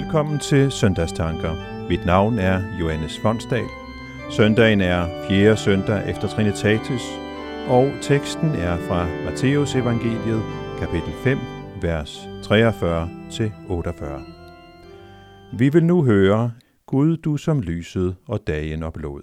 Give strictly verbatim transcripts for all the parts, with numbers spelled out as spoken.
Velkommen til Søndagstanker. Mit navn er Johannes Fonsdal. Søndagen er fjerde søndag efter Trinitatis, og teksten er fra Matteus evangeliet, kapitel fem, vers treogfyrre til otteogfyrre. Vi vil nu høre, Gud du som lyset og dagen og blod.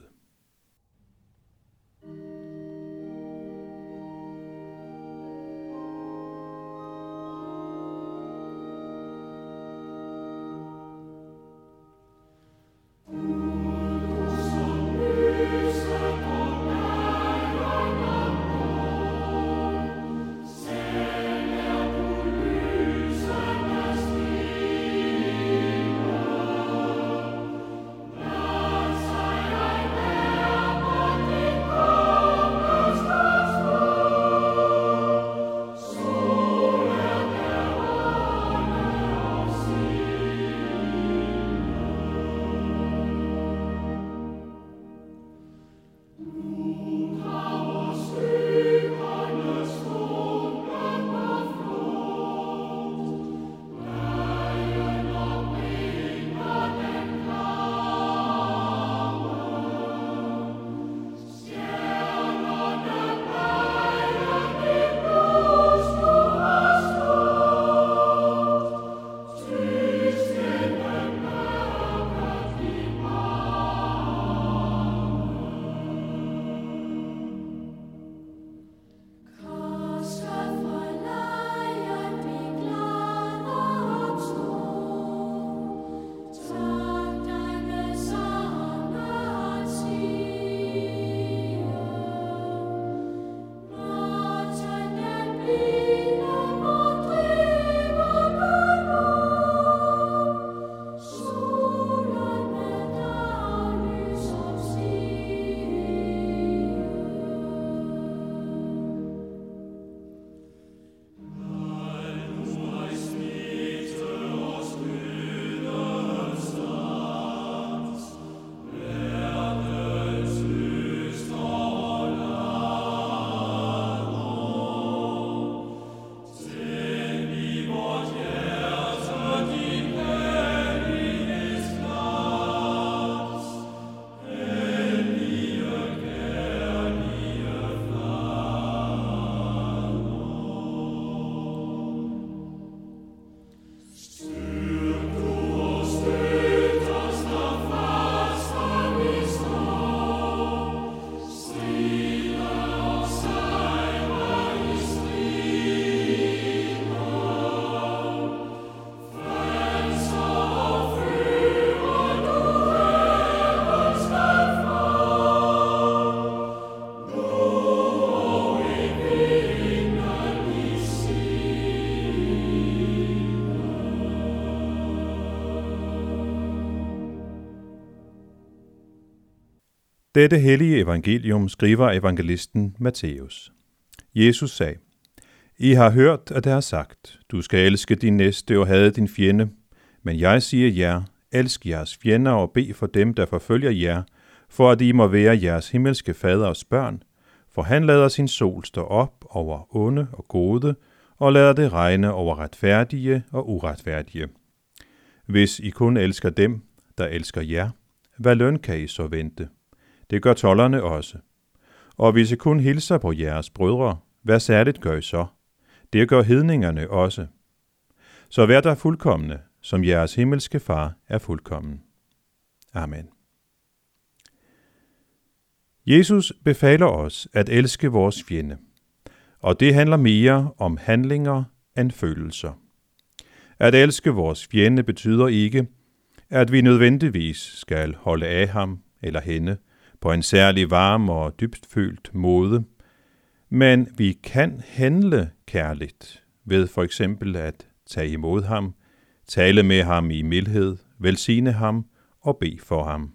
Dette hellige evangelium skriver evangelisten Matteus. Jesus sagde, I har hørt, at det er sagt, du skal elske din næste og hade din fjende, men jeg siger jer, elsk jeres fjender og bed for dem, der forfølger jer, for at I må være jeres himmelske faders børn, for han lader sin sol stå op over onde og gode, og lader det regne over retfærdige og uretfærdige. Hvis I kun elsker dem, der elsker jer, hvad løn kan I så vente? Det gør tolderne også. Og hvis I kun hilser på jeres brødre, hvad særligt gør I så? Det gør hedningerne også. Så vær der fuldkomne, som jeres himmelske far er fuldkommen. Amen. Jesus befaler os at elske vores fjende, og det handler mere om handlinger end følelser. At elske vores fjende betyder ikke, at vi nødvendigvis skal holde af ham eller hende, på en særlig varm og dybtfølt måde, men vi kan handle kærligt ved for eksempel at tage imod ham, tale med ham i mildhed, velsigne ham og bede for ham.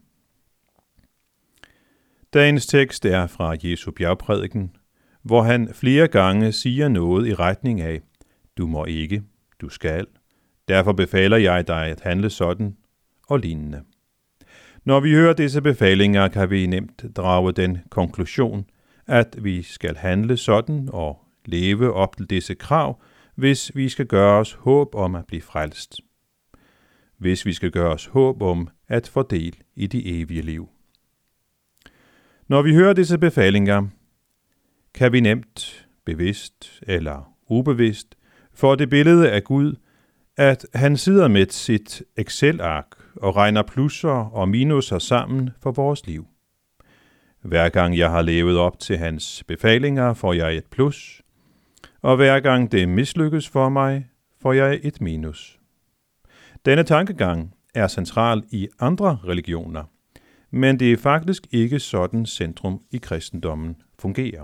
Dagens tekst er fra Jesu bjergprædiken, hvor han flere gange siger noget i retning af, du må ikke, du skal, derfor befaler jeg dig at handle sådan og lignende. Når vi hører disse befalinger, kan vi nemt drage den konklusion, at vi skal handle sådan og leve op til disse krav, hvis vi skal gøre os håb om at blive frelst. hvis vi skal gøre os håb om at få del i det evige liv. Når vi hører disse befalinger, kan vi nemt, bevidst eller ubevidst, få det billede af Gud, at han sidder med sit Excel-ark og regner plusser og minuser sammen for vores liv. Hver gang jeg har levet op til hans befalinger, får jeg et plus, og hver gang det mislykkes for mig, får jeg et minus. Denne tankegang er central i andre religioner, men det er faktisk ikke sådan centrum i kristendommen fungerer.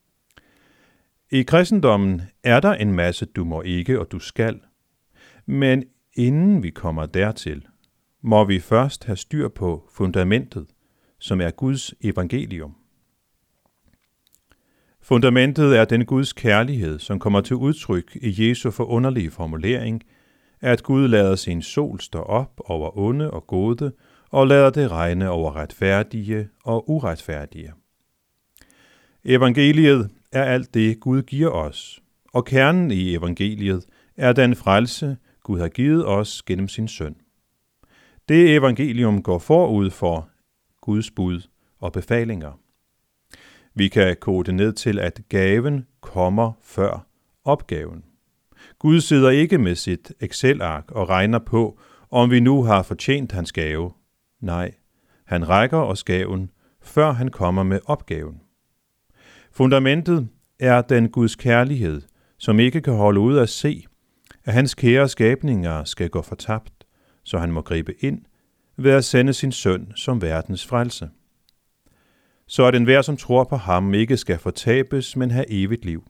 I kristendommen er der en masse du må ikke og du skal, men inden vi kommer dertil, må vi først have styr på fundamentet, som er Guds evangelium. Fundamentet er den Guds kærlighed, som kommer til udtryk i Jesu forunderlige formulering, at Gud lader sin sol stå op over onde og gode, og lader det regne over retfærdige og uretfærdige. Evangeliet er alt det, Gud giver os, og kernen i evangeliet er den frelse, Gud har givet os gennem sin søn. Det evangelium går forud for Guds bud og befalinger. Vi kan kode ned til, at gaven kommer før opgaven. Gud sidder ikke med sit Excel-ark og regner på, om vi nu har fortjent hans gave. Nej, han rækker os gaven, før han kommer med opgaven. Fundamentet er den Guds kærlighed, som ikke kan holde ud at se, at hans kære skabninger skal gå fortabt, så han må gribe ind ved at sende sin søn som verdens frelse. Så at enhver, som tror på ham, ikke skal fortabes, men have evigt liv.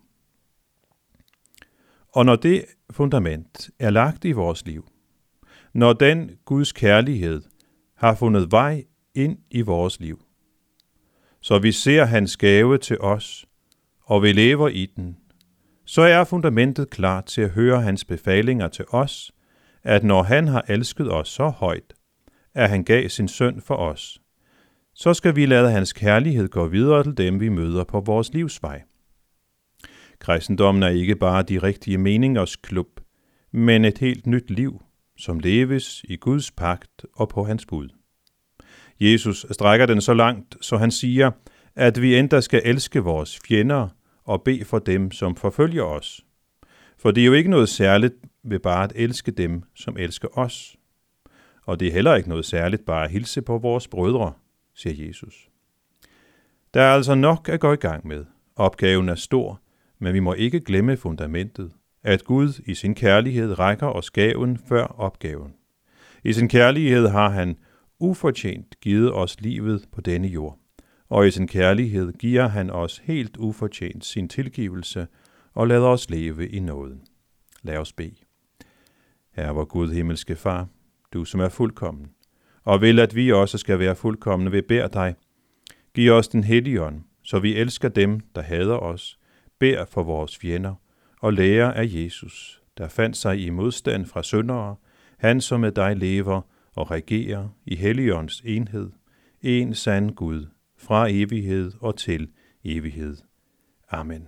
Og når det fundament er lagt i vores liv, når den Guds kærlighed har fundet vej ind i vores liv, så vi ser hans gave til os, og vi lever i den, så er fundamentet klar til at høre hans befalinger til os, at når han har elsket os så højt, at han gav sin søn for os, så skal vi lade hans kærlighed gå videre til dem, vi møder på vores livsvej. Kristendommen er ikke bare de rigtige meningers klub, men et helt nyt liv, som leves i Guds pagt og på hans bud. Jesus strækker den så langt, så han siger, at vi endda skal elske vores fjender og bede for dem, som forfølger os. For det er jo ikke noget særligt ved bare at elske dem, som elsker os. Og det er heller ikke noget særligt bare at hilse på vores brødre, siger Jesus. Der er altså nok at gå i gang med. Opgaven er stor, men vi må ikke glemme fundamentet, at Gud i sin kærlighed rækker os gaven før opgaven. I sin kærlighed har han ufortjent givet os livet på denne jord, og i sin kærlighed giver han os helt ufortjent sin tilgivelse og lader os leve i nåden. Lad os bede. Herre vor Gud, himmelske Far, du som er fuldkommen, og vil at vi også skal være fuldkomne, vil bede dig. Giv os den hellige ånd, så vi elsker dem, der hader os, beder for vores fjender, og lærer af Jesus, der fandt sig i modstand fra syndere, han som med dig lever og regerer i Helligåndens enhed, en sand Gud, fra evighed og til evighed. Amen.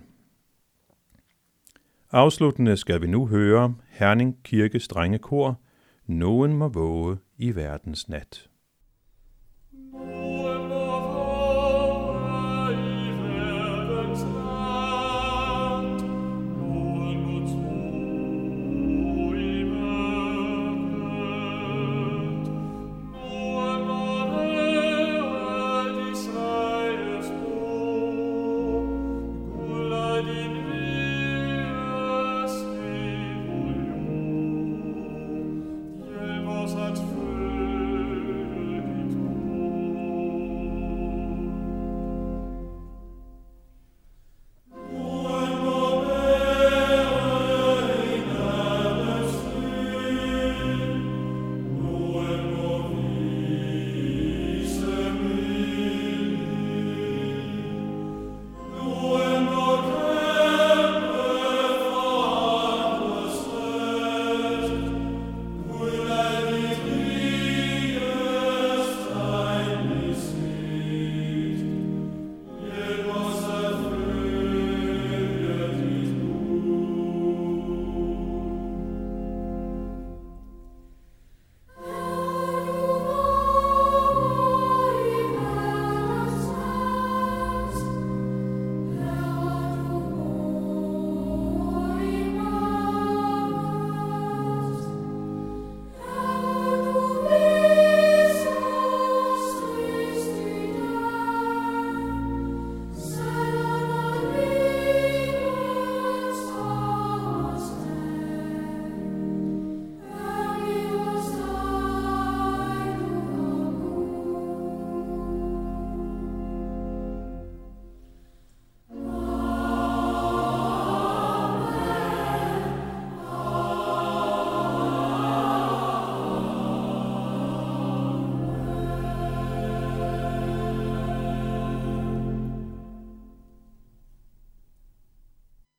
Afsluttende skal vi nu høre Herning Kirkes drengekor, Nogen må våge i verdens nat.